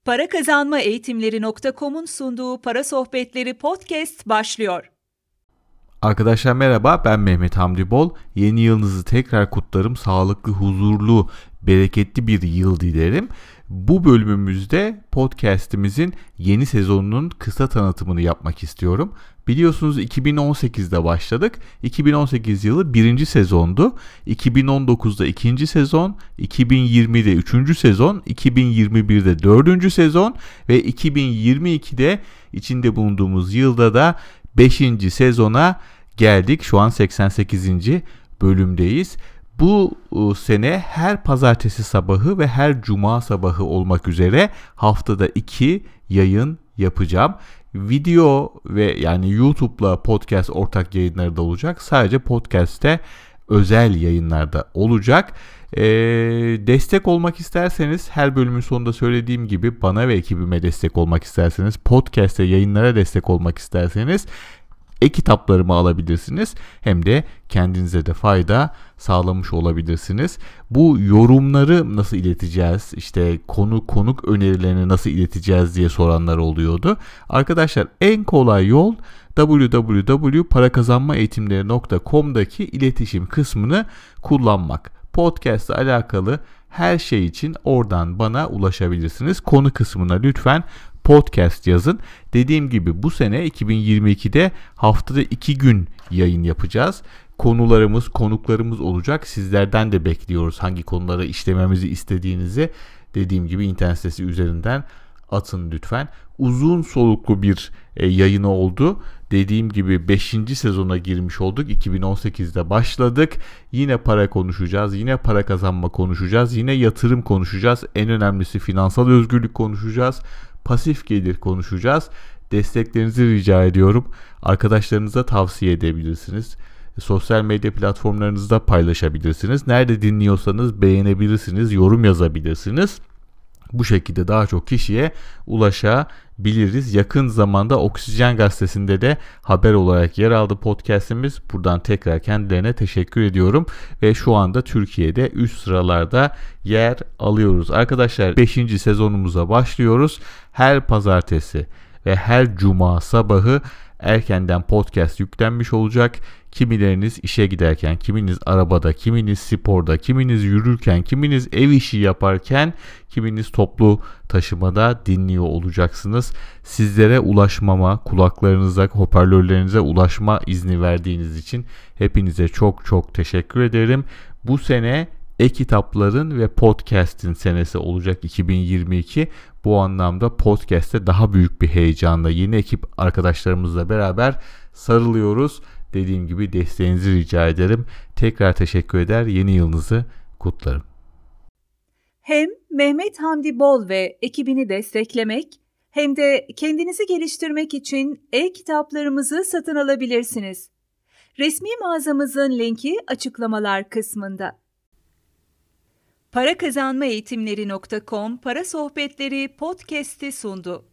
Para Kazanma Eğitimleri.com'un sunduğu Para Sohbetleri podcast başlıyor. Arkadaşlar merhaba, ben Mehmet Hamdi Bol. Yeni yılınızı tekrar kutlarım. Sağlıklı, huzurlu, bereketli bir yıl dilerim. Bu bölümümüzde podcast'imizin yeni sezonunun kısa tanıtımını yapmak istiyorum. Biliyorsunuz 2018'de başladık. 2018 yılı 1. sezondu. 2019'da 2. sezon, 2020'de 3. sezon, 2021'de 4. sezon ve 2022'de içinde bulunduğumuz yılda da 5. sezona geldik. Şu an 88. bölümdeyiz. Bu sene her pazartesi sabahı ve her cuma sabahı olmak üzere haftada 2 yayın yapacağım. Video ve yani YouTube'la podcast ortak yayınları da olacak. Sadece podcast'te özel yayınlarda olacak. Destek olmak isterseniz her bölümün sonunda söylediğim gibi bana ve ekibime destek olmak isterseniz, podcast'te yayınlara destek olmak isterseniz e-kitaplarımı alabilirsiniz. Hem de kendinize de fayda sağlamış olabilirsiniz. Bu yorumları nasıl ileteceğiz? İşte konuk önerilerini nasıl ileteceğiz diye soranlar oluyordu. Arkadaşlar en kolay yol www.parakazanmaeğitimleri.com'daki iletişim kısmını kullanmak. Podcast ile alakalı her şey için oradan bana ulaşabilirsiniz. Konu kısmına lütfen podcast yazın. Dediğim gibi bu sene 2022'de haftada 2 gün yayın yapacağız. Konuklarımız olacak. Sizlerden de bekliyoruz hangi konuları işlememizi istediğinizi. Dediğim gibi internet sitesi üzerinden atın lütfen. Uzun soluklu bir yayını oldu. Dediğim gibi 5. sezona girmiş olduk. 2018'de başladık. Yine para konuşacağız. Yine para kazanma konuşacağız. Yine yatırım konuşacağız. En önemlisi finansal özgürlük konuşacağız. Pasif gelir konuşacağız. Desteklerinizi rica ediyorum. Arkadaşlarınıza tavsiye edebilirsiniz. Sosyal medya platformlarınızda paylaşabilirsiniz. Nerede dinliyorsanız beğenebilirsiniz, yorum yazabilirsiniz. Bu şekilde daha çok kişiye ulaşabiliriz. Yakın zamanda Oksijen Gazetesi'nde de haber olarak yer aldı podcast'imiz. Buradan tekrar kendilerine teşekkür ediyorum. Ve şu anda Türkiye'de üst sıralarda yer alıyoruz. Arkadaşlar 5. sezonumuza başlıyoruz. Her pazartesi ve her cuma sabahı erkenden podcast yüklenmiş olacak. Kimileriniz işe giderken, kiminiz arabada, kiminiz sporda, kiminiz yürürken, kiminiz ev işi yaparken, kiminiz toplu taşımada dinliyor olacaksınız. Sizlere ulaşmama, kulaklarınıza, hoparlörlerinize ulaşma izni verdiğiniz için hepinize çok çok teşekkür ederim. Bu sene e-kitapların ve podcast'in senesi olacak 2022. Bu anlamda podcast'te daha büyük bir heyecanla yeni ekip arkadaşlarımızla beraber sarılıyoruz. Dediğim gibi desteğinizi rica ederim. Tekrar teşekkür eder. Yeni yılınızı kutlarım. Hem Mehmet Hamdi Bol ve ekibini desteklemek hem de kendinizi geliştirmek için e-kitaplarımızı satın alabilirsiniz. Resmi mağazamızın linki açıklamalar kısmında. Para Kazanma Eğitimleri.com Para Sohbetleri podcast'i sundu.